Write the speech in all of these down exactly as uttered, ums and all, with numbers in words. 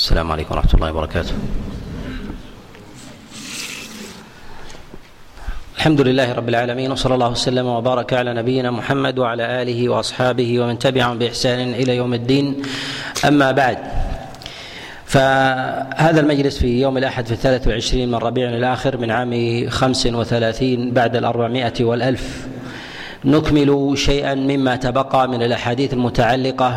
السلام عليكم ورحمة الله وبركاته. الحمد لله رب العالمين، وصلى الله وسلم وبارك على نبينا محمد وعلى آله وأصحابه ومن تبعهم بإحسان إلى يوم الدين. أما بعد، فهذا المجلس في يوم الأحد في الثالث والعشرين من ربيع الآخر من عام خمس وثلاثين بعد الأربعمائة والألف، نكمل شيئا مما تبقى من الأحاديث المتعلقة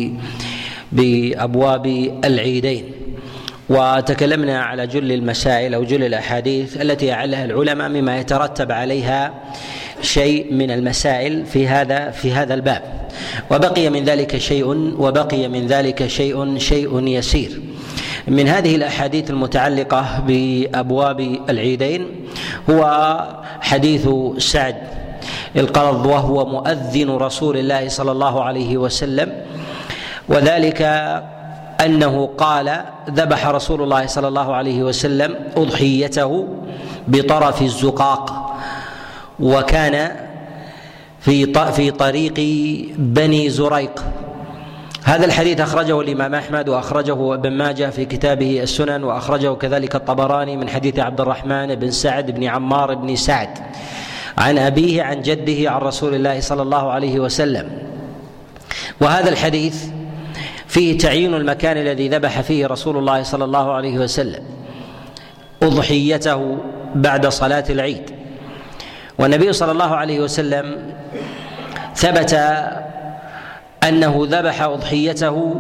بأبواب العيدين، وتكلمنا على جل المسائل أو جل الأحاديث التي أعلها العلماء مما يترتب عليها شيء من المسائل في هذا في هذا الباب، وبقي من ذلك شيء وبقي من ذلك شيء شيء يسير. من هذه الأحاديث المتعلقة بأبواب العيدين هو حديث سعد القرظ، وهو مؤذن رسول الله صلى الله عليه وسلم، وذلك أنه قال: ذبح رسول الله صلى الله عليه وسلم أضحيته بطرف الزقاق، وكان في في طريق بني زريق. هذا الحديث أخرجه الإمام أحمد، وأخرجه ابن ماجه في كتابه السنن، وأخرجه كذلك الطبراني من حديث عبد الرحمن بن سعد بن عمار بن سعد عن أبيه عن جده عن رسول الله صلى الله عليه وسلم. وهذا الحديث فيه تعيين المكان الذي ذبح فيه رسول الله صلى الله عليه وسلم أضحيته بعد صلاة العيد، والنبي صلى الله عليه وسلم ثبت أنه ذبح أضحيته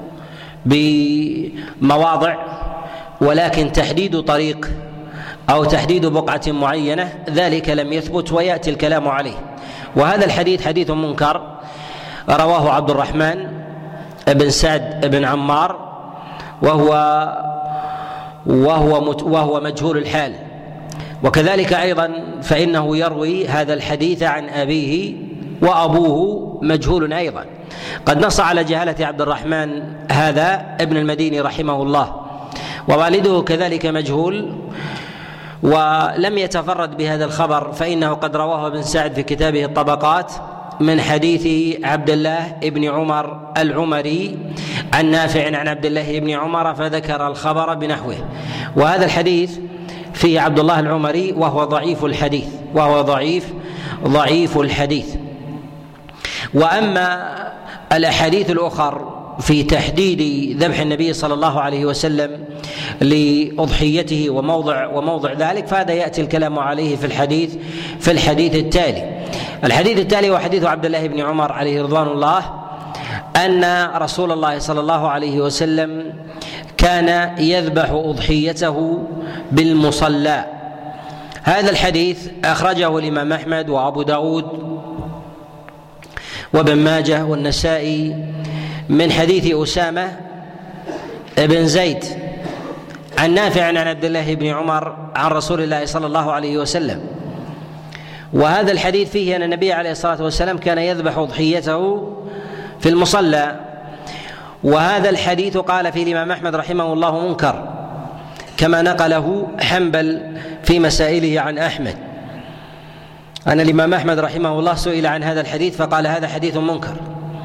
بمواضع، ولكن تحديد طريق أو تحديد بقعة معينة ذلك لم يثبت، ويأتي الكلام عليه. وهذا الحديث حديث منكر رواه عبد الرحمن بن سعد بن عمار، وهو وهو وهو مجهول الحال، وكذلك أيضا فإنه يروي هذا الحديث عن أبيه، وأبوه مجهول أيضا. قد نص على جهالة عبد الرحمن هذا ابن المديني رحمه الله، ووالده كذلك مجهول، ولم يتفرد بهذا الخبر، فإنه قد رواه ابن سعد في كتابه الطبقات من حديث عبد الله بن عمر العمري عن نافع عن عبد الله بن عمر، فذكر الخبر بنحوه. وهذا الحديث فيه عبد الله العمري وهو ضعيف الحديث وهو ضعيف ضعيف الحديث. وأما الأحاديث الأخرى في تحديد ذبح النبي صلى الله عليه وسلم لأضحيته وموضع وموضع ذلك، فهذا يأتي الكلام عليه في الحديث في الحديث التالي. الحديث التالي هو حديث عبد الله بن عمر عليه رضوان الله أن رسول الله صلى الله عليه وسلم كان يذبح أضحيته بالمصلى. هذا الحديث أخرجه الإمام أحمد وأبو داود وابن ماجه والنسائي من حديث أسامة بن زيد عن نافع عن عبد الله بن عمر عن رسول الله صلى الله عليه وسلم. وهذا الحديث فيه أن النبي عليه الصلاة والسلام كان يذبح أضحيته في المصلى. وهذا الحديث قال فيه الإمام أحمد رحمه الله منكر، كما نقله حنبل في مسائله عن أحمد، أن الإمام أحمد رحمه الله سئل عن هذا الحديث فقال هذا حديث منكر.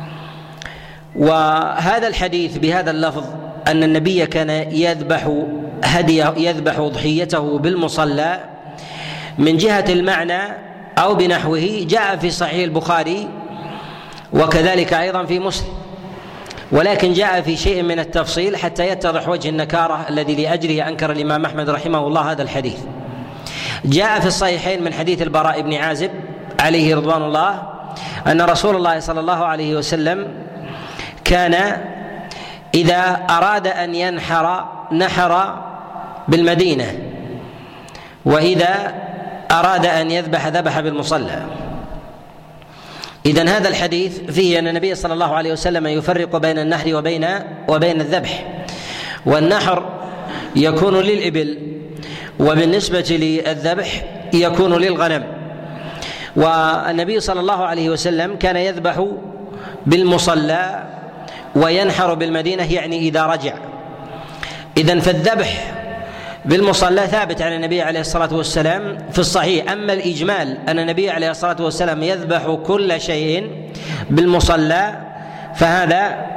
وهذا الحديث بهذا اللفظ أن النبي كان يذبح هدي يذبح أضحيته بالمصلى من جهة المعنى أو بنحوه جاء في صحيح البخاري وكذلك أيضا في مسلم، ولكن جاء في شيء من التفصيل حتى يتضح وجه النكارة الذي لأجله أنكر الإمام أحمد رحمه الله هذا الحديث. جاء في الصحيحين من حديث البراء بن عازب عليه رضوان الله أن رسول الله صلى الله عليه وسلم كان إذا أراد أن ينحر نحر بالمدينة، وإذا أراد أن يذبح ذبح بالمصلى. إذن هذا الحديث فيه أن النبي صلى الله عليه وسلم يفرق بين النحر وبين وبين الذبح. والنحر يكون للإبل، وبالنسبة للذبح يكون للغنم. والنبي صلى الله عليه وسلم كان يذبح بالمصلى وينحر بالمدينة، يعني إذا رجع. إذن فالذبح بالمصلى ثابت عن النبي عليه الصلاة والسلام في الصحيح. أما الإجمال أن النبي عليه الصلاة والسلام يذبح كل شيء بالمصلى فهذا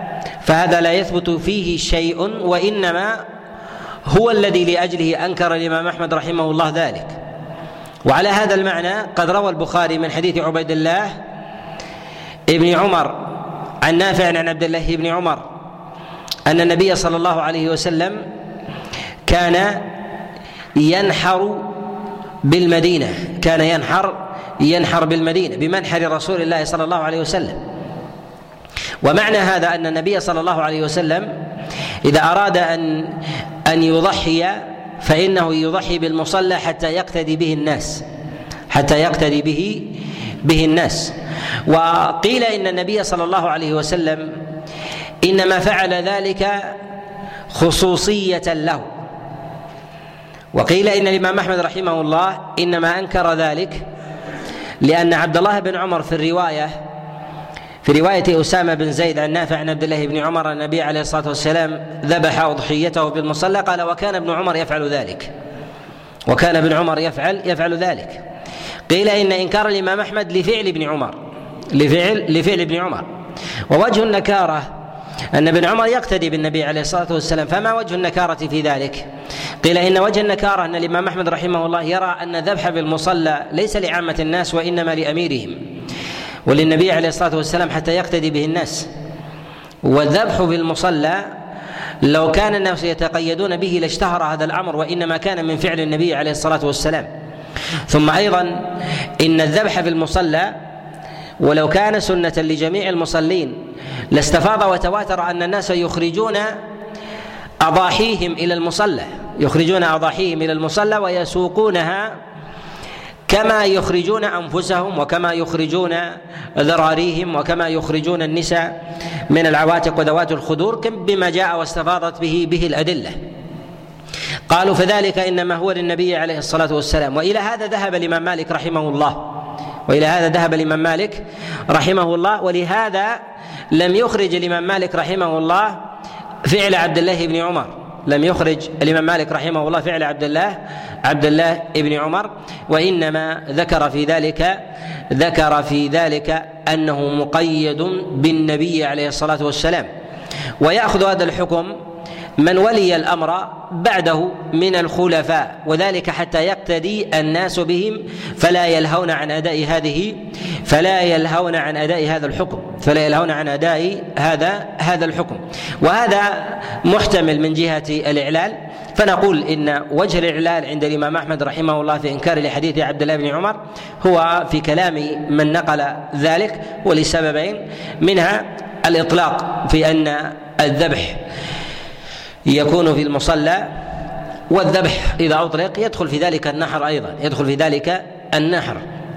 فهذا لا يثبت فيه شيء، وإنما هو الذي لأجله أنكر الإمام أحمد رحمه الله ذلك. وعلى هذا المعنى قد روى البخاري من حديث عبيد الله ابن عمر عن نافع عن عبد الله بن عمر أن النبي صلى الله عليه وسلم كان ينحر بالمدينة كان ينحر ينحر بالمدينة بمنحر رسول الله صلى الله عليه وسلم. ومعنى هذا أن النبي صلى الله عليه وسلم إذا أراد أن أن يضحي فإنه يضحي بالمصلى حتى يقتدي به الناس حتى يقتدي به به الناس. وقيل إن النبي صلى الله عليه وسلم إنما فعل ذلك خصوصية له، وقيل إن الإمام أحمد رحمه الله إنما أنكر ذلك لأن عبد الله بن عمر في الرواية في رواية أسامة بن زيد عن نافع عن عبد الله بن عمر النبي عليه الصلاة والسلام ذبح أضحيته بالمصلى، قال وكان ابن عمر يفعل ذلك وكان ابن عمر يفعل يفعل ذلك. قيل إن إنكار الإمام أحمد لفعل ابن عمر لفعل لفعل ابن عمر، ووجه النكارة أن ابن عمر يقتدي بالنبي عليه الصلاة والسلام، فما وجه النكارة في ذلك؟ قيل إن وجه النكارة أن الإمام أحمد رحمه الله يرى أن الذبح بالمصلى ليس لعامة الناس وإنما لأميرهم وللنبي عليه الصلاة والسلام حتى يقتدي به الناس. والذبح بالمصلى لو كان الناس يتقيدون به لاشتهر هذا الأمر، وإنما كان من فعل النبي عليه الصلاة والسلام. ثم أيضا إن الذبح بالمصلى ولو كان سنة لجميع المصلين لاستفاض وتواتر أن الناس يخرجون أضاحيهم إلى المصلى يخرجون أضاحيهم إلى المصلى ويسوقونها كما يخرجون أنفسهم وكما يخرجون ذراريهم وكما يخرجون النساء من العواتق وذوات الخدور بما جاء واستفاضت به به الأدلة. قالوا فذلك إنما هو للنبي عليه الصلاة والسلام. وإلى هذا ذهب الإمام مالك رحمه الله وإلى هذا ذهب الإمام مالك رحمه الله ولهذا لم يخرج الإمام مالك رحمه الله فعل عبد الله بن عمر لم يخرج الإمام مالك رحمه الله فعل عبد الله عبد الله بن عمر وإنما ذكر في ذلك ذكر في ذلك أنه مقيد بالنبي عليه الصلاة والسلام. ويأخذ هذا الحكم من ولي الأمر بعده من الخلفاء، وذلك حتى يقتدي الناس بهم فلا يلهون عن أداء هذه فلا يلهون عن أداء هذا الحكم فلا يلهون عن أداء هذا هذا الحكم. وهذا محتمل من جهة الإعلال، فنقول إن وجه الإعلال عند الإمام أحمد رحمه الله في إنكار لحديث عبد الله بن عمر هو في كلام من نقل ذلك، ولسببين: منها الإطلاق في أن الذبح يكون في المصلى، والذبح إذا أطلق يدخل في ذلك النحر أيضا يدخل في ذلك النحر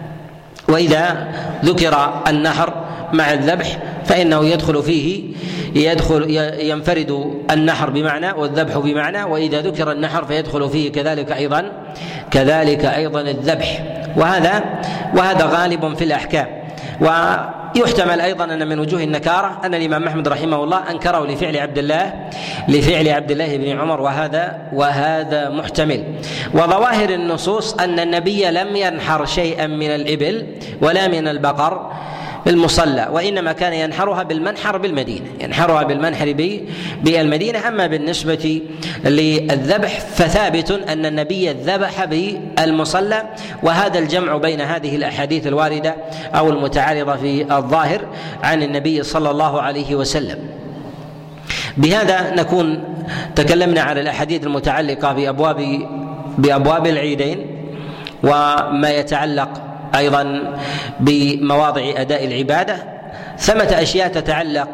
وإذا ذكر النحر مع الذبح فإنه يدخل فيه يدخل ينفرد النحر بمعنى والذبح بمعنى، وإذا ذكر النحر فيدخل فيه كذلك أيضا كذلك أيضا الذبح. وهذا وهذا غالب في الأحكام. ويحتمل ايضا ان من وجوه النكاره ان الامام احمد رحمه الله انكره لفعل عبد الله لفعل عبد الله بن عمر، وهذا وهذا محتمل. وظواهر النصوص ان النبي لم ينحر شيئا من الابل ولا من البقر بالمصلى، وانما كان ينحرها بالمنحر بالمدينه ينحرها بالمنحر بالمدينه. اما بالنسبه للذبح فثابت ان النبي ذبح بالمصلى، وهذا الجمع بين هذه الاحاديث الوارده او المتعارضه في الظاهر عن النبي صلى الله عليه وسلم. بهذا نكون تكلمنا على الاحاديث المتعلقه بابواب بابواب العيدين وما يتعلق ايضا بمواضع اداء العباده. ثمة اشياء تتعلق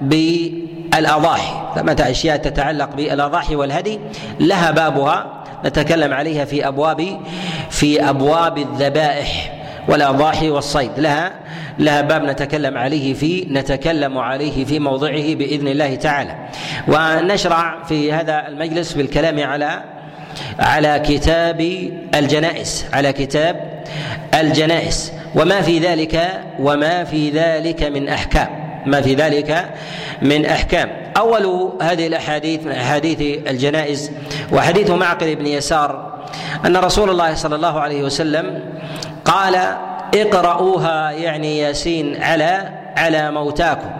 بالاضاحي ثمة اشياء تتعلق بالاضاحي والهدي لها بابها نتكلم عليها في ابواب في ابواب الذبائح والاضاحي والصيد، لها لها باب نتكلم عليه في نتكلم عليه في موضعه باذن الله تعالى. ونشرع في هذا المجلس بالكلام على على كتاب الجنائز على كتاب الجنائز وما في ذلك وما في ذلك من احكام ما في ذلك من احكام. اول هذه الاحاديث من احاديث الجنائز وحديث معقل بن يسار ان رسول الله صلى الله عليه وسلم قال: اقرؤوها يعني ياسين على على موتاكم.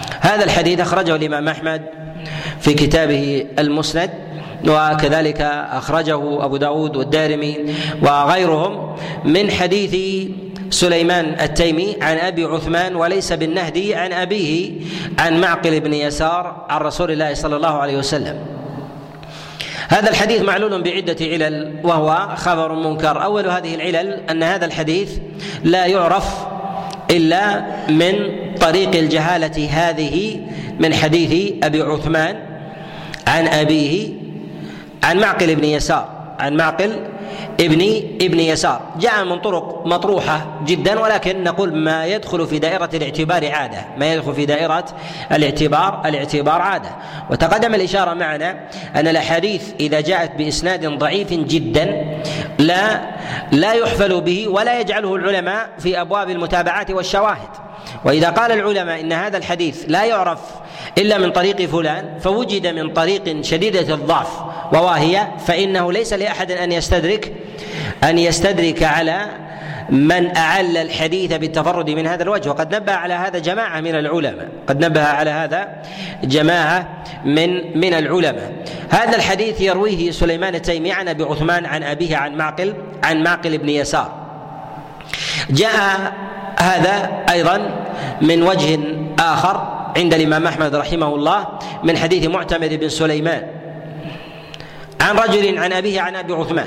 هذا الحديث أخرجه الإمام أحمد في كتابه المسند، وكذلك أخرجه أبو داود والدارمي وغيرهم من حديث سليمان التيمي عن أبي عثمان وليس بالنهدي عن أبيه عن معقل بن يسار عن رسول الله صلى الله عليه وسلم. هذا الحديث معلول بعدة علل وهو خبر منكر. أول هذه العلل أن هذا الحديث لا يعرف إلا من طريق الجهالة هذه من حديث أبي عثمان عن أبيه عن معقل بن يسار عن معقل ابن ابن يسار، جاء من طرق مطروحة جدا، ولكن نقول ما يدخل في دائرة الاعتبار عادة، ما يدخل في دائرة الاعتبار الاعتبار عادة. وتقدم الإشارة معنا أن الأحاديث إذا جاءت بإسناد ضعيف جدا لا لا يحفل به ولا يجعله العلماء في أبواب المتابعات والشواهد. وإذا قال العلماء إن هذا الحديث لا يعرف إلا من طريق فلان فوجد من طريق شديدة الضعف وواهية، فإنه ليس لأحد أن يستدرك أن يستدرك على من أعل الحديث بالتفرد من هذا الوجه. وقد نبه على هذا جماعة من العلماء قد نبه على هذا جماعة من من العلماء. هذا الحديث يرويه سليمان التيمي عن أبي عثمان عن أبيه عن معقل عن معقل بن يسار. جاء هذا أيضا من وجه آخر عند الإمام أحمد رحمه الله من حديث معتمر بن سليمان عن رجل عن أبيه عن أبي عثمان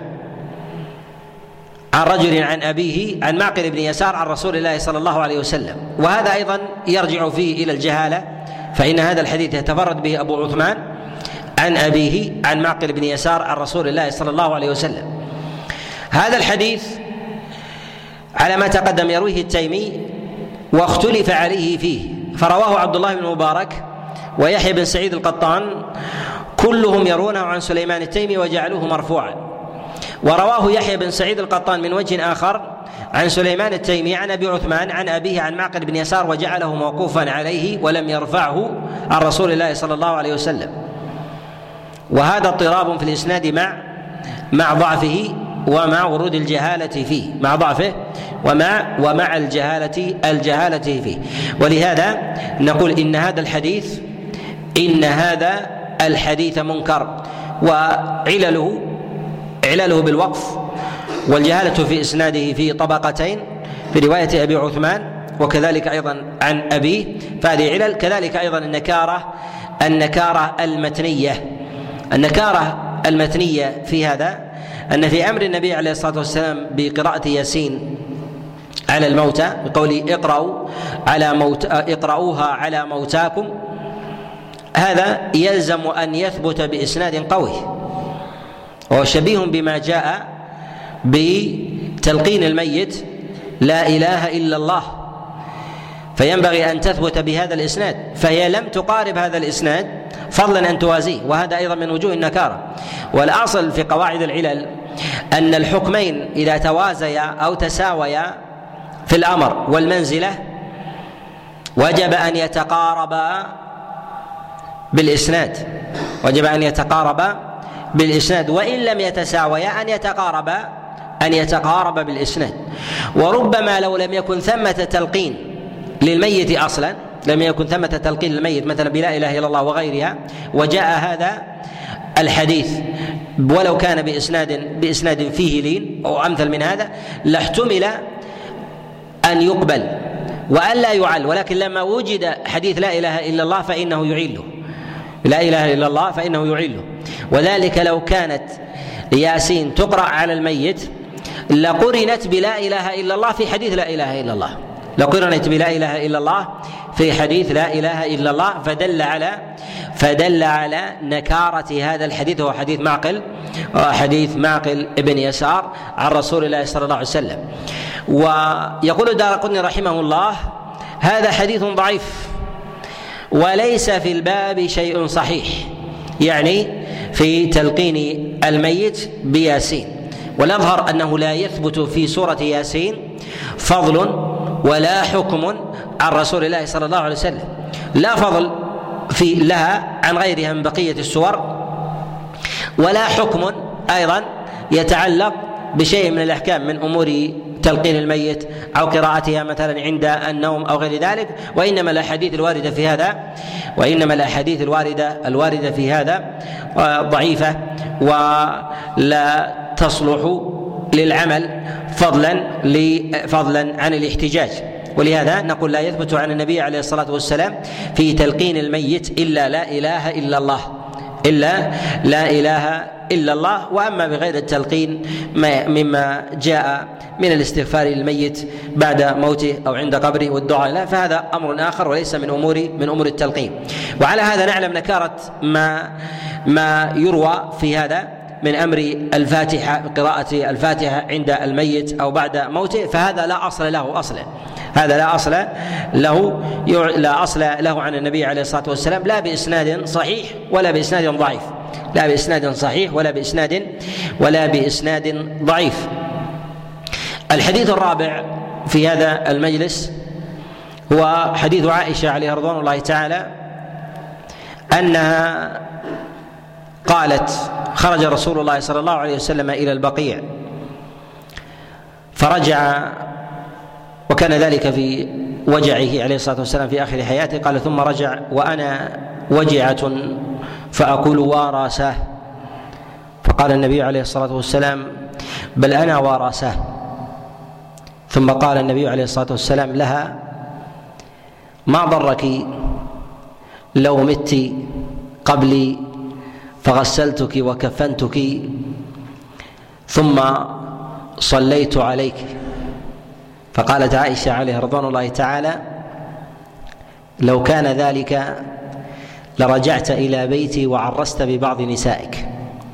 عن رجل عن أبيه عن معقل بن يسار عن رسول الله صلى الله عليه وسلم. وهذا أيضا يرجع فيه إلى الجهالة، فإن هذا الحديث يتفرد به أبو عثمان عن أبيه عن معقل بن يسار عن رسول الله صلى الله عليه وسلم. هذا الحديث على ما تقدم يرويه التيمي واختلف عليه فيه، فرواه عبد الله بن مبارك ويحيى بن سعيد القطان كلهم يرونه عن سليمان التيمي وجعلوه مرفوعا، ورواه يحيى بن سعيد القطان من وجه آخر عن سليمان التيمي عن أبي عثمان عن أبيه عن معقل بن يسار وجعله موقوفا عليه ولم يرفعه عن رسول الله صلى الله عليه وسلم. وهذا اضطراب في الإسناد مع مع ضعفه ومع ورود الجهالة فيه مع ضعفه ومع ومع الجهالة الجهالة فيه. ولهذا نقول إن هذا الحديث إن هذا الحديث منكر، وعلله علله بالوقف والجهالة في إسناده في طبقتين في رواية أبي عثمان وكذلك أيضا عن أبيه، فهذه علل. كذلك أيضا النكارة النكارة المتنية النكارة المتنية في هذا أن في أمر النبي عليه الصلاة والسلام بقراءة ياسين على الموتى بقول اقرأوا على موت اقرأوها على موتاكم، هذا يلزم أن يثبت بإسناد قوي، وهو شبيه بما جاء بتلقين الميت لا إله إلا الله، فينبغي أن تثبت بهذا الإسناد، فهي لم تقارب هذا الإسناد فضلا أن توازيه، وهذا أيضا من وجوه النكارة. والأصل في قواعد العلل أن الحكمين إذا توازيا أو تساويا في الأمر والمنزلة وجب أن يتقاربا بالإسناد وجب أن يتقاربا بالإسناد وإن لم يتساويا أن يتقاربا أن يتقاربا بالإسناد. وربما لو لم يكن ثمة تلقين للميت أصلا لم يكن ثمة تلقين للميت مثلا بلا إله إلا الله وغيرها وجاء هذا الحديث ولو كان بإسناد بإسناد فيه لين أو أمثل من هذا لاحتمل أن يقبل وأن لا يعل، ولكن لما وجد حديث لا إله إلا الله فإنه يعله لا إله إلا الله فإنه يعله. وذلك لو كانت ياسين تقرأ على الميت لقرنت بلا إله إلا الله في حديث لا إله إلا الله لقرنت بلا إله إلا الله في حديث لا إله إلا الله فدل على فدل على نكارة هذا الحديث، هو حديث معقل حديث معقل ابن يسار عن رسول الله صلى الله عليه وسلم. ويقول الدارقطني رحمه الله هذا حديث ضعيف وليس في الباب شيء صحيح، يعني في تلقين الميت بياسين، والأظهر أنه لا يثبت في سورة ياسين فضل ولا حكم عن رسول الله صلى الله عليه وسلم، لا فضل في لها عن غيرها من بقية السور ولا حكم أيضا يتعلق بشيء من الأحكام من أمور تلقين الميت أو قراءتها مثلا عند النوم أو غير ذلك، وإنما الأحاديث الواردة في هذا وإنما الأحاديث الواردة الواردة في هذا ضعيفة ولا تصلح للعمل فضلا فضلا عن الاحتجاج. ولهذا نقول لا يثبت عن النبي عليه الصلاة والسلام في تلقين الميت إلا لا إله إلا الله إلا لا إله إلا الله. وأما بغير التلقين مما جاء من الاستغفار للميت بعد موته أو عند قبره والدعاء له فهذا أمر آخر وليس من أمور من أمور التلقين. وعلى هذا نعلم نكارة ما ما يروى في هذا من أمر الفاتحة قراءة الفاتحة عند الميت أو بعد موته، فهذا لا أصل له أصلا هذا لا أصل له لا أصل له عن النبي عليه الصلاة والسلام، لا بإسناد صحيح ولا بإسناد ضعيف لا بإسناد صحيح ولا بإسناد ولا بإسناد ضعيف. الحديث الرابع في هذا المجلس هو حديث عائشة عليها رضوان الله تعالى أنها قالت: خرج رسول الله صلى الله عليه وسلم إلى البقيع فرجع، وكان ذلك في وجعه عليه الصلاة والسلام في آخر حياته، قال: ثم رجع وأنا وجعة فأقول واراساه، فقال النبي عليه الصلاة والسلام: بل أنا واراساه. ثم قال النبي عليه الصلاة والسلام لها: ما ضرك لو مت قبلي فغسلتك وكفنتك ثم صليت عليك. فقالت عائشة عليها رضوان الله تعالى: لو كان ذلك لرجعت إلى بيتي وعرست ببعض نسائك.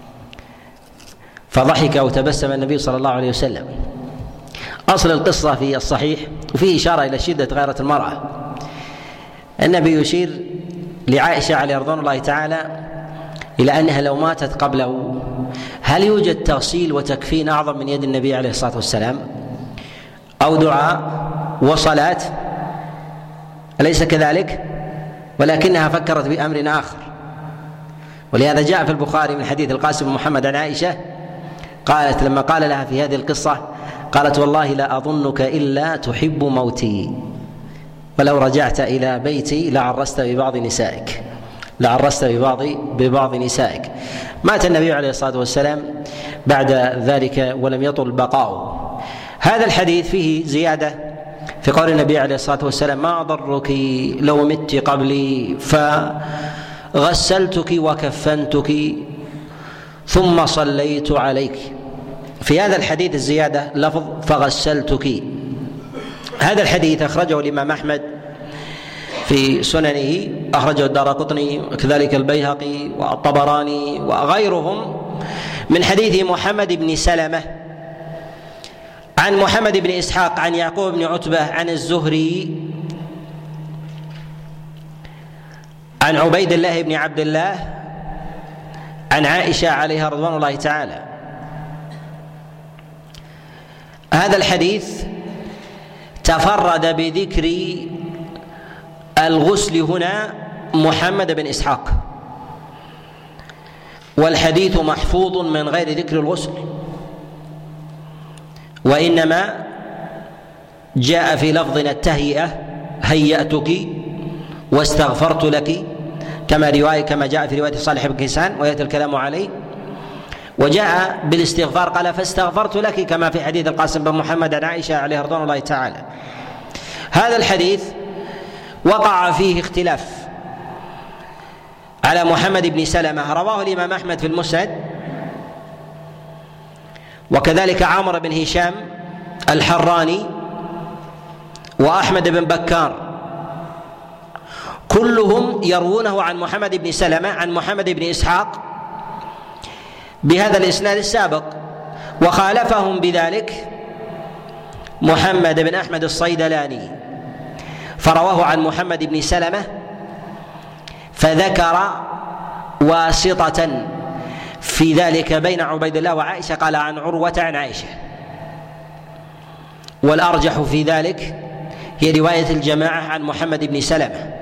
فضحك وتبسم النبي صلى الله عليه وسلم. أصل القصة في الصحيح وفيه إشارة إلى شدة غيرة المرأة. النبي يشير لعائشة عليه رضوان الله تعالى إلى أنها لو ماتت قبله هل يوجد تغسيل وتكفين أعظم من يد النبي عليه الصلاة والسلام أو دعاء وصلاة؟ أليس كذلك؟ ولكنها فكرت بأمر آخر. ولهذا جاء في البخاري من حديث القاسم بن محمد عن عائشة قالت لما قال لها في هذه القصة قالت: والله لا أظنك إلا تحب موتي، ولو رجعت إلى بيتي لعرست ببعض نسائك لعرست ببعض ببعض نسائك. مات النبي عليه الصلاة والسلام بعد ذلك ولم يطل بقاؤه. هذا الحديث فيه زيادة في قول النبي عليه الصلاة والسلام: ما ضرك لو مت قبلي فغسلتك وكفنتك ثم صليت عليك. في هذا الحديث الزيادة لفظ فغسلتك. هذا الحديث أخرجه الإمام أحمد في سننه، أخرجه الدارقطني وكذلك البيهقي والطبراني وغيرهم من حديث محمد بن سلمة عن محمد بن إسحاق عن يعقوب بن عتبة عن الزهري عن عبيد الله بن عبد الله عن عائشة عليها رضوان الله تعالى. هذا الحديث تفرد بذكر الغسل هنا محمد بن إسحاق، والحديث محفوظ من غير ذكر الغسل، وإنما جاء في لفظنا التهيئة: هيأتك واستغفرت لك، كما رواية كما جاء في رواية صالح بن كيسان ويأتي الكلام عليه. وجاء بالاستغفار قال: فاستغفرت لك، كما في حديث القاسم بن محمد عن عائشة عليه رضوان الله تعالى. هذا الحديث وقع فيه اختلاف على محمد بن سلمة، رواه الإمام أحمد في المسند، وكذلك عمرو بن هشام الحراني وأحمد بن بكار، كلهم يروونه عن محمد بن سلمة عن محمد بن إسحاق بهذا الإسناد السابق. وخالفهم بذلك محمد بن أحمد الصيدلاني فرواه عن محمد بن سلمة فذكر واسطة في ذلك بين عبيد الله وعائشة، قال: عن عروة عن عائشة. والأرجح في ذلك هي رواية الجماعة عن محمد بن سلمة.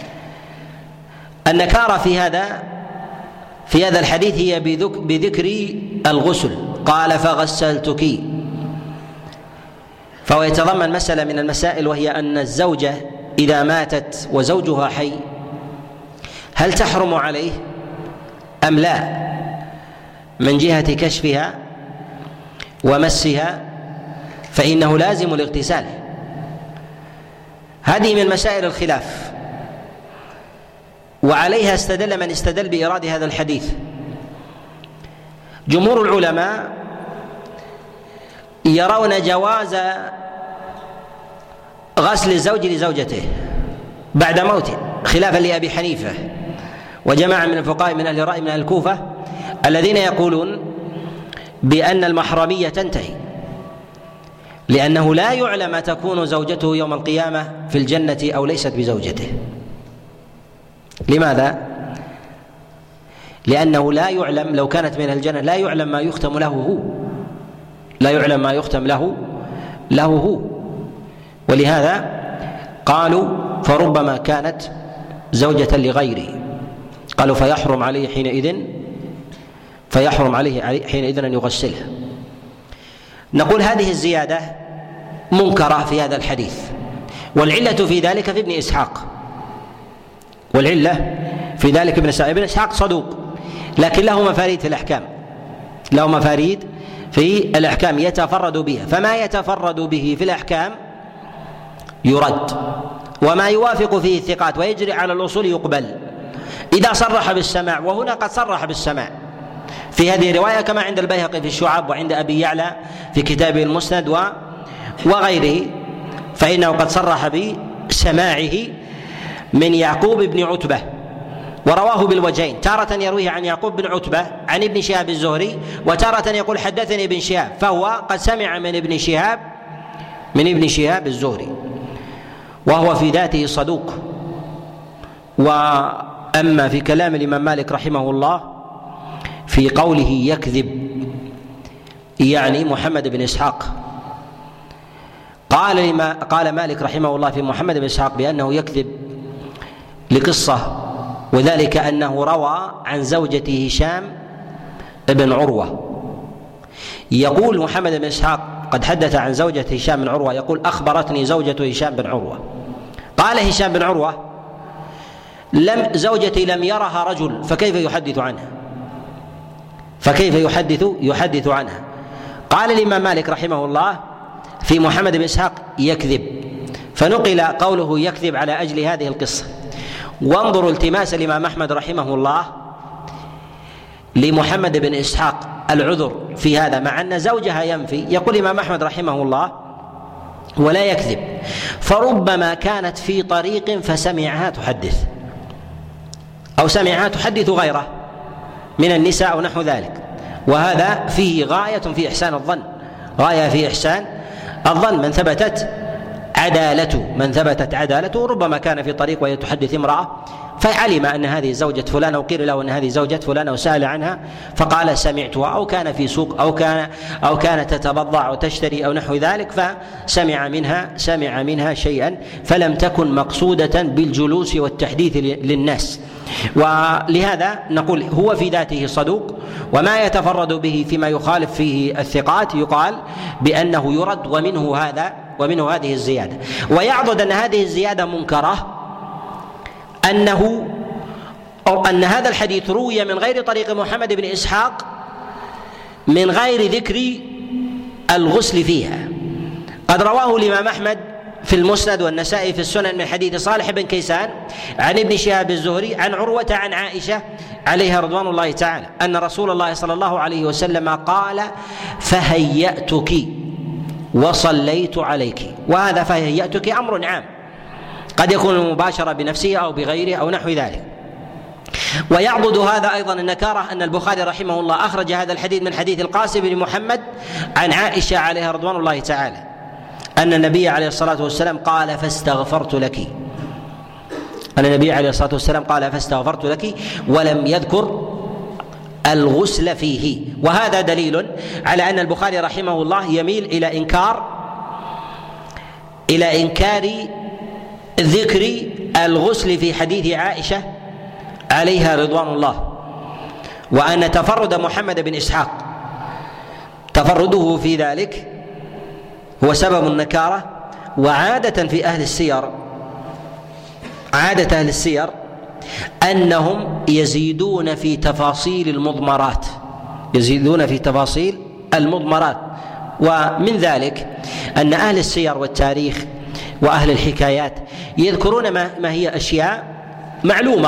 النكارة في هذا في هذا الحديث هي بذكر الغسل، قال: فغسلتك. فهو يتضمن مسألة من المسائل، وهي أن الزوجة إذا ماتت وزوجها حي هل تحرم عليه أم لا من جهة كشفها ومسها، فإنه لازم الاغتسال. هذه من مسائل الخلاف، وعليها استدل من استدل بإيراد هذا الحديث. جمهور العلماء يرون جواز غسل الزوج لزوجته بعد موته، خلافا لأبي حنيفة وجماعة من الفقهاء من أهل الرأي من أهل الكوفة الذين يقولون بأن المحرمية تنتهي، لأنه لا يعلم تكون زوجته يوم القيامة في الجنة أو ليست بزوجته. لماذا؟ لأنه لا يعلم، لو كانت من الجنة لا يعلم ما يختم له هو، لا يعلم ما يختم له له هو، ولهذا قالوا فربما كانت زوجة لغيره، قالوا فيحرم عليه حينئذ فيحرم عليه حينئذ أن يغسلها. نقول هذه الزيادة منكرة في هذا الحديث، والعلة في ذلك في ابن إسحاق، والعلة في ذلك ابن إسحاق. ابن إسحاق صدوق لكن له مفاريد في الأحكام، له مفاريد في الأحكام يتفرد بها، فما يتفرد به في الأحكام يرد، وما يوافق فيه الثقات ويجري على الأصول يقبل إذا صرح بالسماع، وهنا قد صرح بالسماع في هذه الرواية كما عند البيهقي في الشعب وعند أبي يعلى في كتابه المسند وغيره، فإنه قد صرح بسماعه من يعقوب بن عتبة، ورواه بالوجهين، تارة يرويه عن يعقوب بن عتبة عن ابن شهاب الزهري، وتارة يقول حدثني ابن شهاب، فهو قد سمع من ابن شهاب من ابن شهاب الزهري، وهو في ذاته صدوق. وأما في كلام الإمام مالك رحمه الله في قوله يكذب، يعني محمد بن إسحاق، قال لما قال مالك رحمه الله في محمد بن إسحاق بأنه يكذب لقصة، وذلك أنه روى عن زوجة هشام بن عروة. يقول محمد بن إسحاق قد حدث عن زوجة هشام بن عروة، يقول أخبرتني زوجة هشام بن عروة، قال هشام بن عروة لم زوجتي لم يرها رجل فكيف يحدث عنها فكيف يحدث يحدث عنها قال الإمام مالك رحمه الله في محمد بن إسحاق يكذب، فنقل قوله يكذب على أجل هذه القصة. وانظروا التماس الإمام أحمد رحمه الله لمحمد بن إسحاق العذر في هذا، مع أن زوجها ينفي. يقول الإمام أحمد رحمه الله ولا يكذب، فربما كانت في طريق فسمعها تحدث، أو سمعها تحدث غيره من النساء أو نحو ذلك، وهذا فيه غاية في إحسان الظن، غاية في إحسان الظن. من ثبتت عدالته من ثبتت عدالته ربما كان في طريق وهي تحدث امرأة فعلم أن هذه زوجة فلان، أو قيل له أن هذه زوجة فلان، أو سأل عنها فقال سمعتها، أو كان في سوق، أو كان أو كانت تتبضع أو تشتري أو نحو ذلك فسمع منها سمع منها شيئا، فلم تكن مقصودة بالجلوس والتحديث للناس. ولهذا نقول هو في ذاته صدوق، وما يتفرد به فيما يخالف فيه الثقات يقال بأنه يرد، ومنه هذا ومنه هذه الزيادة. ويعضد أن هذه الزيادة منكرة أنه أو أن هذا الحديث روي من غير طريق محمد بن إسحاق من غير ذكر الغسل فيها. قد رواه الإمام أحمد في المسند والنسائي في السنن من حديث صالح بن كيسان عن ابن شهاب الزهري عن عروة عن عائشة عليها رضوان الله تعالى أن رسول الله صلى الله عليه وسلم قال فهيأتك وصليت عليك. وهذا فهيأتك أمر عام، قد يكون مباشرة بنفسه أو بغيره أو نحو ذلك. ويعضد هذا أيضا النكارة أن البخاري رحمه الله أخرج هذا الحديث من حديث القاسم بن محمد عن عائشة عليها رضوان الله تعالى أن النبي عليه الصلاة والسلام قال فاستغفرت لك أن النبي عليه الصلاة والسلام قال فاستغفرت لك ولم يذكر الغسل فيه. وهذا دليل على أن البخاري رحمه الله يميل إلى إنكار إلى إنكار ذكر الغسل في حديث عائشة عليها رضوان الله، وأن تفرد محمد بن إسحاق تفرده في ذلك هو سبب النكارة. وعادة في أهل السير عادة أهل السير أنهم يزيدون في تفاصيل المضمرات يزيدون في تفاصيل المضمرات ومن ذلك أن أهل السير والتاريخ وأهل الحكايات يذكرون ما هي أشياء معلومة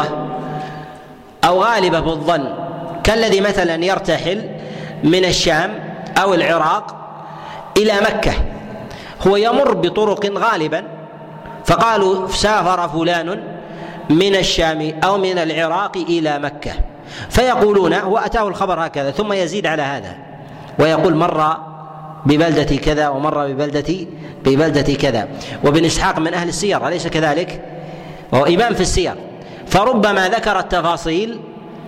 أو غالبة بالظن، كالذي مثلا يرتحل من الشام أو العراق إلى مكة، هو يمر بطرق غالبا، فقالوا سافر فلان من الشام أو من العراق إلى مكة، فيقولون هو أتاه الخبر هكذا، ثم يزيد على هذا ويقول مر ببلدة كذا ومر ببلدة ببلدة كذا. وابن إسحاق من أهل السير أليس كذلك؟ وهو إمام في السير، فربما ذكر التفاصيل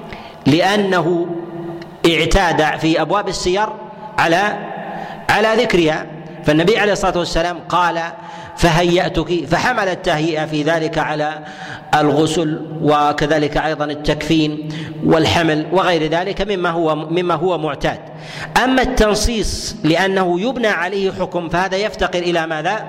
لأنه اعتاد في أبواب السير على على ذكرها. فالنبي عليه الصلاة والسلام قال فهيأتك، فحمل التهيئة في ذلك على الغسل وكذلك أيضا التكفين والحمل وغير ذلك مما هو مما هو معتاد. أما التنصيص لأنه يبنى عليه حكم فهذا يفتقر إلى ماذا؟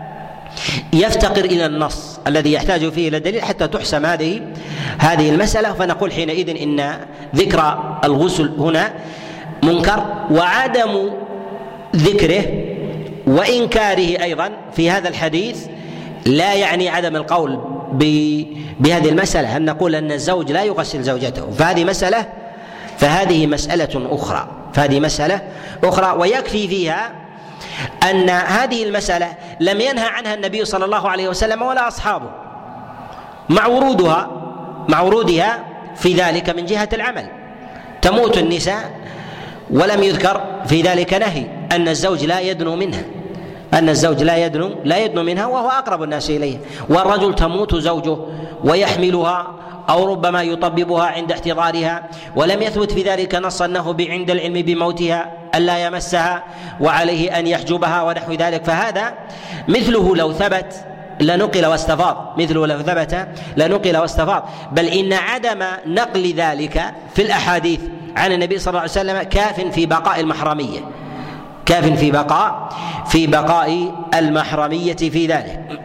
يفتقر إلى النص الذي يحتاج فيه إلى دليل حتى تحسم هذه هذه المسألة. فنقول حينئذ إن ذكر الغسل هنا منكر، وعدم ذكره وإنكاره أيضا في هذا الحديث لا يعني عدم القول بهذه المسألة، أن نقول أن الزوج لا يغسل زوجته، فهذه مسألة فهذه مسألة أخرى فهذه مسألة أخرى ويكفي فيها أن هذه المسألة لم ينهى عنها النبي صلى الله عليه وسلم ولا أصحابه، مع ورودها مع ورودها في ذلك من جهة العمل. تموت النساء ولم يذكر في ذلك نهي أن الزوج لا يدنو منها أن الزوج لا يدنو لا يدنو منها وهو أقرب الناس إليه. والرجل تموت زوجه ويحملها أو ربما يطببها عند احتضارها، ولم يثبت في ذلك نص أنه عند العلم بموتها ألا يمسها وعليه أن يحجبها ونحو ذلك، فهذا مثله لو ثبت لنقل واستفاض مثله لو ثبت لنقل واستفاض. بل إن عدم نقل ذلك في الأحاديث عن النبي صلى الله عليه وسلم كاف في بقاء المحرمية كاف في بقاء في بقاء المحرمية في ذلك.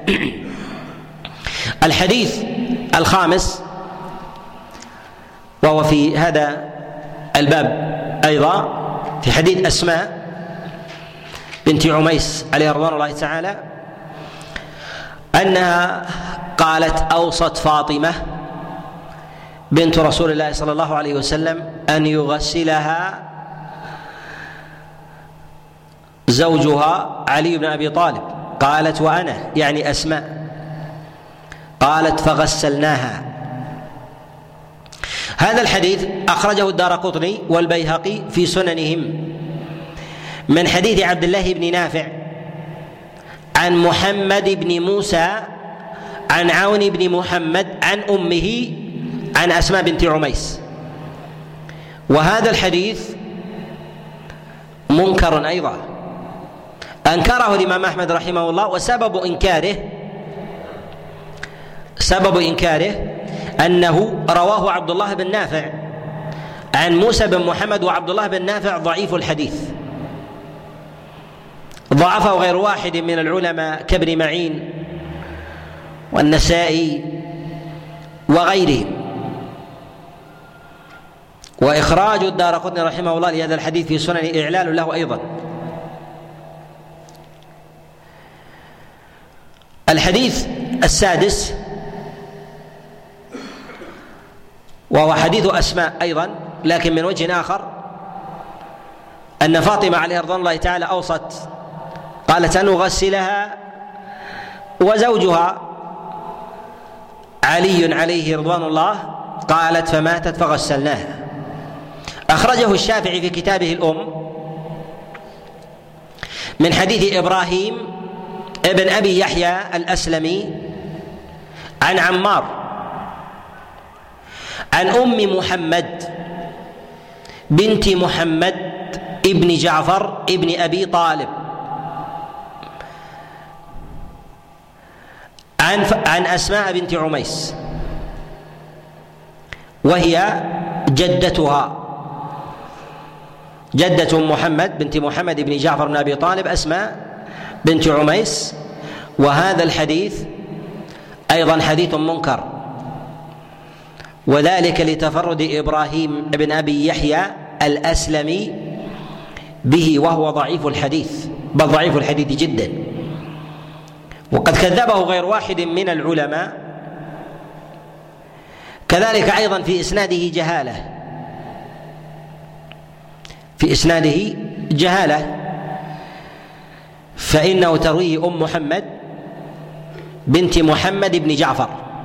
الحديث الخامس وهو في هذا الباب أيضا في حديث أسماء بنت عميس عليه رضوان الله تعالى أنها قالت أوصت فاطمة بنت رسول الله صلى الله عليه وسلم أن يغسلها زوجها علي بن أبي طالب. قالت وأنا يعني أسماء. قالت فغسلناها. هذا الحديث أخرجه الدارقطني والبيهقي في سننهم من حديث عبد الله بن نافع عن محمد بن موسى عن عون بن محمد عن أمه عن أسماء بنت عميس. وهذا الحديث منكر أيضا، أنكره الإمام أحمد رحمه الله، وسبب إنكاره سبب إنكاره أنه رواه عبد الله بن نافع عن موسى بن محمد، وعبد الله بن نافع ضعيف الحديث، ضعفه غير واحد من العلماء كابن معين والنسائي وغيرهم. وإخراج الدارقطني رحمه الله لهذا الحديث في سنن إعلال له أيضا. الحديث السادس وهو حديث أسماء أيضا لكن من وجه آخر، أن فاطمة عليه رضوان الله تعالى أوصت قالت أن أغسلها وزوجها علي عليه رضوان الله، قالت فماتت فغسلناها. أخرجه الشافعي في كتابه الأم من حديث إبراهيم ابن أبي يحيى الأسلمي عن عمار عن أم محمد بنت محمد ابن جعفر ابن أبي طالب عن عن أسماء بنت عميس، وهي جدتها جدة محمد بنت محمد بن جعفر بن أبي طالب أسماء بنت عميس، وهذا الحديث أيضا حديث منكر، وذلك لتفرد إبراهيم بن أبي يحيى الأسلمي به، وهو ضعيف الحديث، بل ضعيف الحديث جدا، وقد كذبه غير واحد من العلماء. كذلك أيضا في إسناده جهالة، في إسناده جهالة، فإنه ترويه أم محمد بنت محمد بن جعفر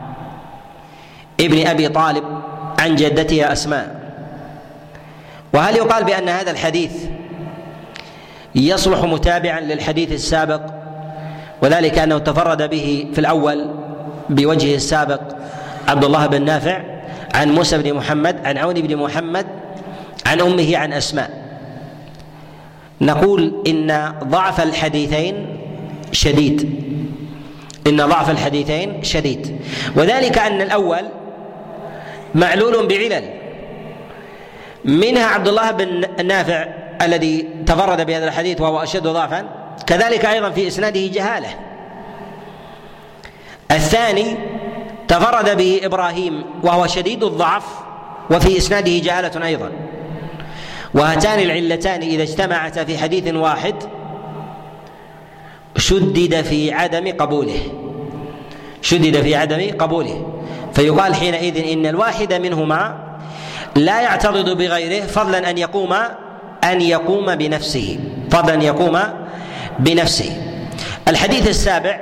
ابن أبي طالب عن جدتها أسماء. وهل يقال بأن هذا الحديث يصلح متابعا للحديث السابق، وذلك أنه تفرد به في الأول بوجهه السابق عبد الله بن نافع عن موسى بن محمد عن عون بن محمد عن أمه عن أسماء؟ نقول إن ضعف الحديثين شديد، إن ضعف الحديثين شديد، وذلك أن الأول معلول بعلل، منها عبد الله بن نافع الذي تفرد بهذا الحديث وهو أشد ضعفا، كذلك أيضا في إسناده جهالة. الثاني تفرد به إبراهيم وهو شديد الضعف وفي إسناده جهالة أيضا، وهاتان العلتان إذا اجتمعتا في حديث واحد شدد في عدم قبوله، شدد في عدم قبوله، فيقال حينئذ إن الواحد منهما لا يعترض بغيره، فضلا أن يقوم أن يقوم بنفسه، فضلا أن يقوم بنفسه. الحديث السابع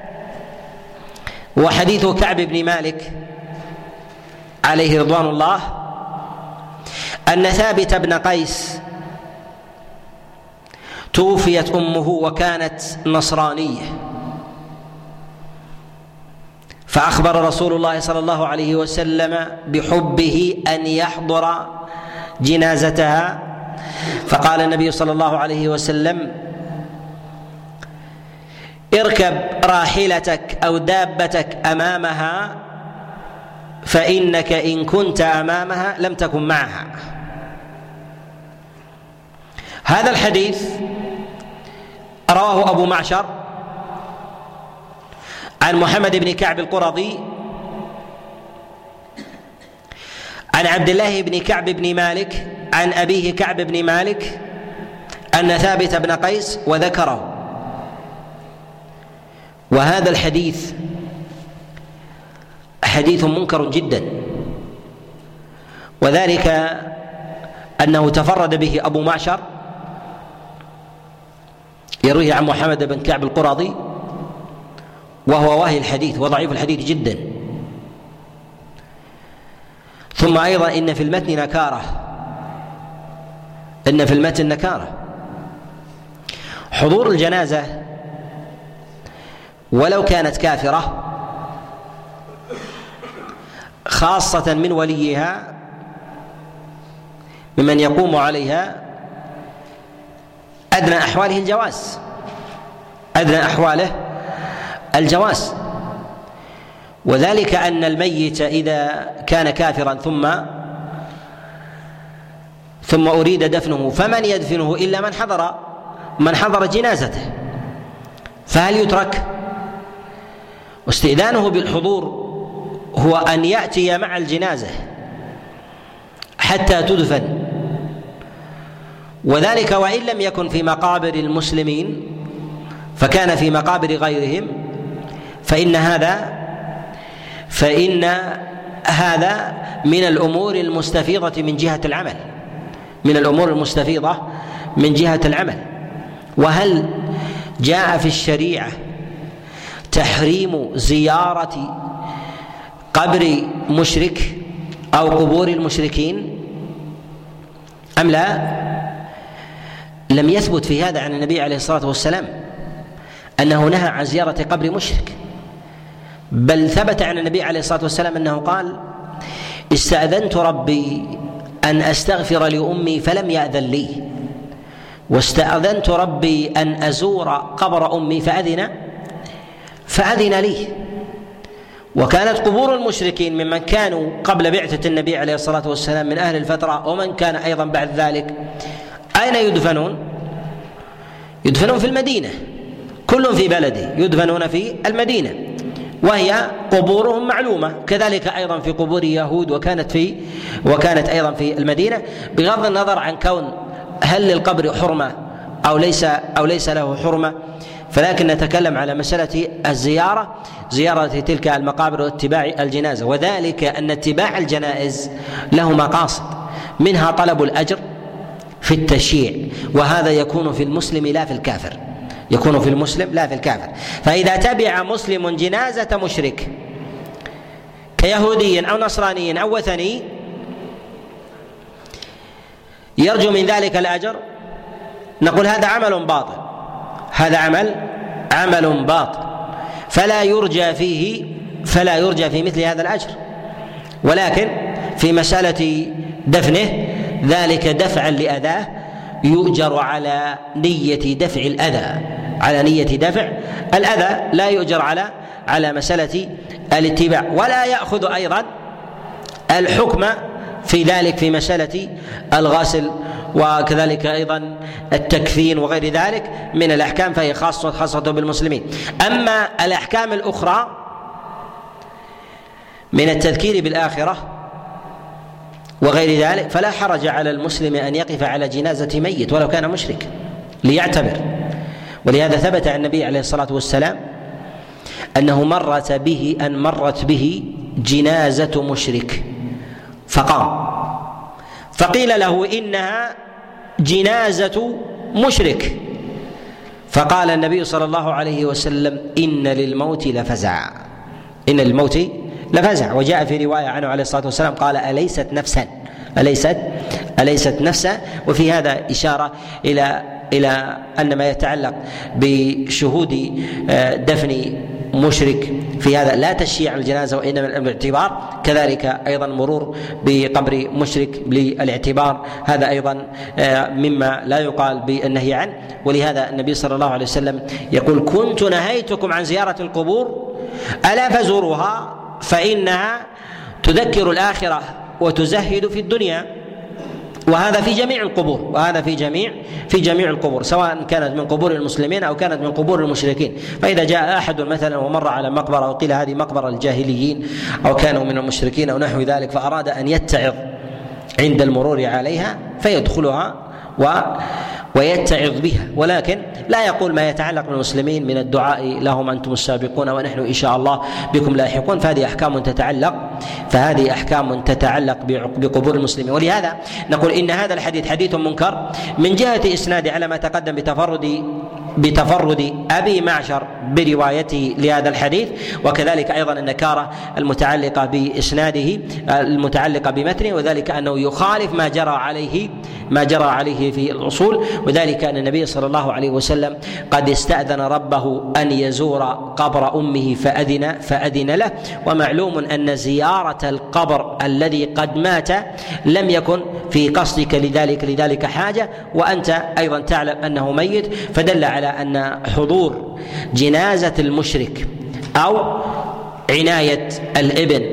وحديث كعب بن مالك عليه رضوان الله أن ثابت بن قيس توفيت أمه وكانت نصرانية، فأخبر رسول الله صلى الله عليه وسلم بحبه أن يحضر جنازتها، فقال النبي صلى الله عليه وسلم: اركب راحلتك أو دابتك أمامها، فإنك إن كنت أمامها لم تكن معها. هذا الحديث رواه أبو معشر عن محمد بن كعب القرظي عن عبد الله بن كعب بن مالك عن أبيه كعب بن مالك أن ثابت بن قيس وذكره. وهذا الحديث حديث منكر جدا، وذلك أنه تفرد به أبو معشر يرويه عن محمد بن كعب القرظي، وهو واهي الحديث وضعيف الحديث جدا. ثم أيضا إن في المتن نكارة، إن في المتن نكارة. حضور الجنازة ولو كانت كافرة خاصة من وليها ممن يقوم عليها أدنى أحواله الجواز، أدنى أحواله الجواز، وذلك أن الميت إذا كان كافرا ثم ثم أريد دفنه فمن يدفنه إلا من حضر من حضر جنازته، فهل يترك؟ واستئذانه بالحضور هو أن يأتي مع الجنازة حتى تدفن، وذلك وإن لم يكن في مقابر المسلمين فكان في مقابر غيرهم، فإن هذا فإن هذا من الأمور المستفيضة من جهة العمل، من الأمور المستفيضة من جهة العمل. وهل جاء في الشريعة تحريم زيارة قبر مشرك أو قبور المشركين أم لا؟ لم يثبت في هذا عن النبي عليه الصلاة والسلام أنه نهى عن زيارة قبر مشرك، بل ثبت عن النبي عليه الصلاة والسلام أنه قال: استأذنت ربي أن أستغفر لأمي فلم يأذن لي، واستأذنت ربي أن أزور قبر أمي فأذن فأذن لي. وكانت قبور المشركين ممن كانوا قبل بعثة النبي عليه الصلاة والسلام من أهل الفترة ومن كان أيضا بعد ذلك أين يدفنون؟ يدفنون في المدينة، كل في بلده يدفنون في المدينة، وهي قبورهم معلومة، كذلك أيضا في قبور يهود وكانت في وكانت أيضا في المدينة، بغض النظر عن كون هل للقبر حرمة أو ليس أو ليس له حرمة، فلكن نتكلم على مسألة الزيارة، زيارة تلك المقابر واتباع الجنازة، وذلك أن اتباع الجنائز له مقاصد، منها طلب الأجر في التشييع، وهذا يكون في المسلم لا في الكافر، يكون في المسلم لا في الكافر. فإذا تبع مسلم جنازة مشرك كيهودي أو نصراني أو وثني يرجو من ذلك الأجر، نقول هذا عمل باطل، هذا عمل عمل باطل، فلا يرجى فيه فلا يرجى في مثل هذا الأجر، ولكن في مسألة دفنه ذلك دفعا لأذاه يؤجر على نية دفع الأذى، على نية دفع الأذى، لا يؤجر على على مسألة الاتباع، ولا يأخذ أيضا الحكم في ذلك في مسألة الغسل وكذلك أيضا التكفين وغير ذلك من الأحكام، فهي خاصة خاصة بالمسلمين. أما الأحكام الأخرى من التذكير بالآخرة وغير ذلك فلا حرج على المسلم أن يقف على جنازة ميت ولو كان مشرك ليعتبر، ولهذا ثبت عن النبي عليه الصلاة والسلام أنه مرت به أن مرت به جنازة مشرك فقام، فقيل له إنها جنازة مشرك، فقال النبي صلى الله عليه وسلم إن للموت لفزع، إن للموت لفزع. وجاء في رواية عنه عليه الصلاة والسلام قال أليست نفسا أليست أليست نفسا. وفي هذا إشارة إلى إلى أن ما يتعلق بشهود دفن مشرك في هذا لا تشييع الجنازة وإنما الاعتبار، كذلك أيضا مرور بقبر مشرك للاعتبار، هذا أيضا مما لا يقال بالنهي عنه. ولهذا النبي صلى الله عليه وسلم يقول كنت نهيتكم عن زيارة القبور ألا فزوروها فإنها تذكر الآخرة وتزهد في الدنيا، وهذا في جميع القبور، وهذا في جميع في جميع القبور سواء كانت من قبور المسلمين أو كانت من قبور المشركين. فإذا جاء أحد مثلا ومر على مقبرة وقيل هذه مقبرة الجاهليين أو كانوا من المشركين أو نحو ذلك فأراد أن يتعظ عند المرور عليها فيدخلها و ويتعظ بها، ولكن لا يقول ما يتعلق بالمسلمين من الدعاء لهم أنتم السابقون ونحن إن شاء الله بكم لاحقون، فهذه أحكام تتعلق فهذه أحكام تتعلق بقبور المسلمين. ولهذا نقول إن هذا الحديث حديث منكر من جهة إسناده على ما تقدم بتفرد بتفرد أبي معشر بروايته لهذا الحديث، وكذلك أيضا النكارة المتعلقة بإسناده المتعلقة بمتنه، وذلك أنه يخالف ما جرى عليه ما جرى عليه في الأصول، وذلك أن النبي صلى الله عليه وسلم قد استأذن ربه أن يزور قبر أمه فأذن فأذن له، ومعلوم أن زيارة القبر الذي قد مات لم يكن في قصدك لذلك لذلك حاجة، وأنت أيضا تعلم أنه ميت، فدل على أن حضور جنازة المشرك أو عناية الابن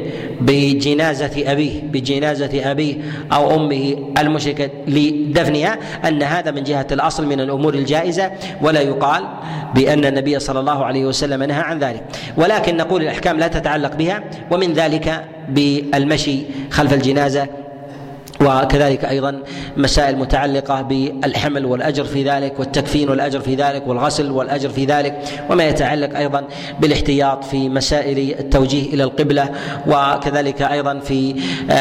بجنازة أبيه بجنازة أبيه أو أمه المشركة لدفنها أن هذا من جهة الأصل من الأمور الجائزة، ولا يقال بأن النبي صلى الله عليه وسلم نهى عن ذلك. ولكن نقول الأحكام لا تتعلق بها، ومن ذلك بالمشي خلف الجنازة، وكذلك أيضا مسائل متعلقة بالحمل والأجر في ذلك، والتكفين والأجر في ذلك، والغسل والأجر في ذلك، وما يتعلق أيضا بالاحتياط في مسائل التوجيه إلى القبلة، وكذلك أيضا في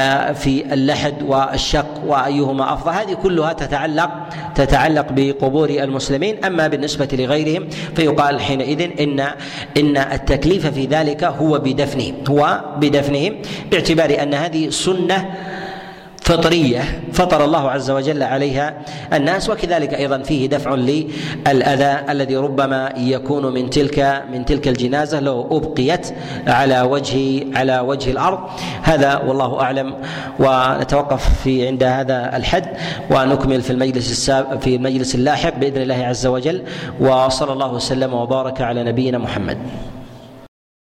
في اللحد والشق وأيهما أفضل، هذه كلها تتعلق تتعلق بقبور المسلمين. أما بالنسبة لغيرهم فيقال حينئذ إن إن التكليف في ذلك هو بدفنهم هو بدفنهم باعتبار أن هذه سنة فطرية فطر الله عز وجل عليها الناس، وكذلك أيضا فيه دفع للأذى الذي ربما يكون من تلك من تلك الجنازة لو أبقيت على وجه على وجه الأرض. هذا والله أعلم، ونتوقف في عند هذا الحد ونكمل في المجلس السابق في المجلس اللاحق بإذن الله عز وجل، وصلى الله وسلم وبارك على نبينا محمد.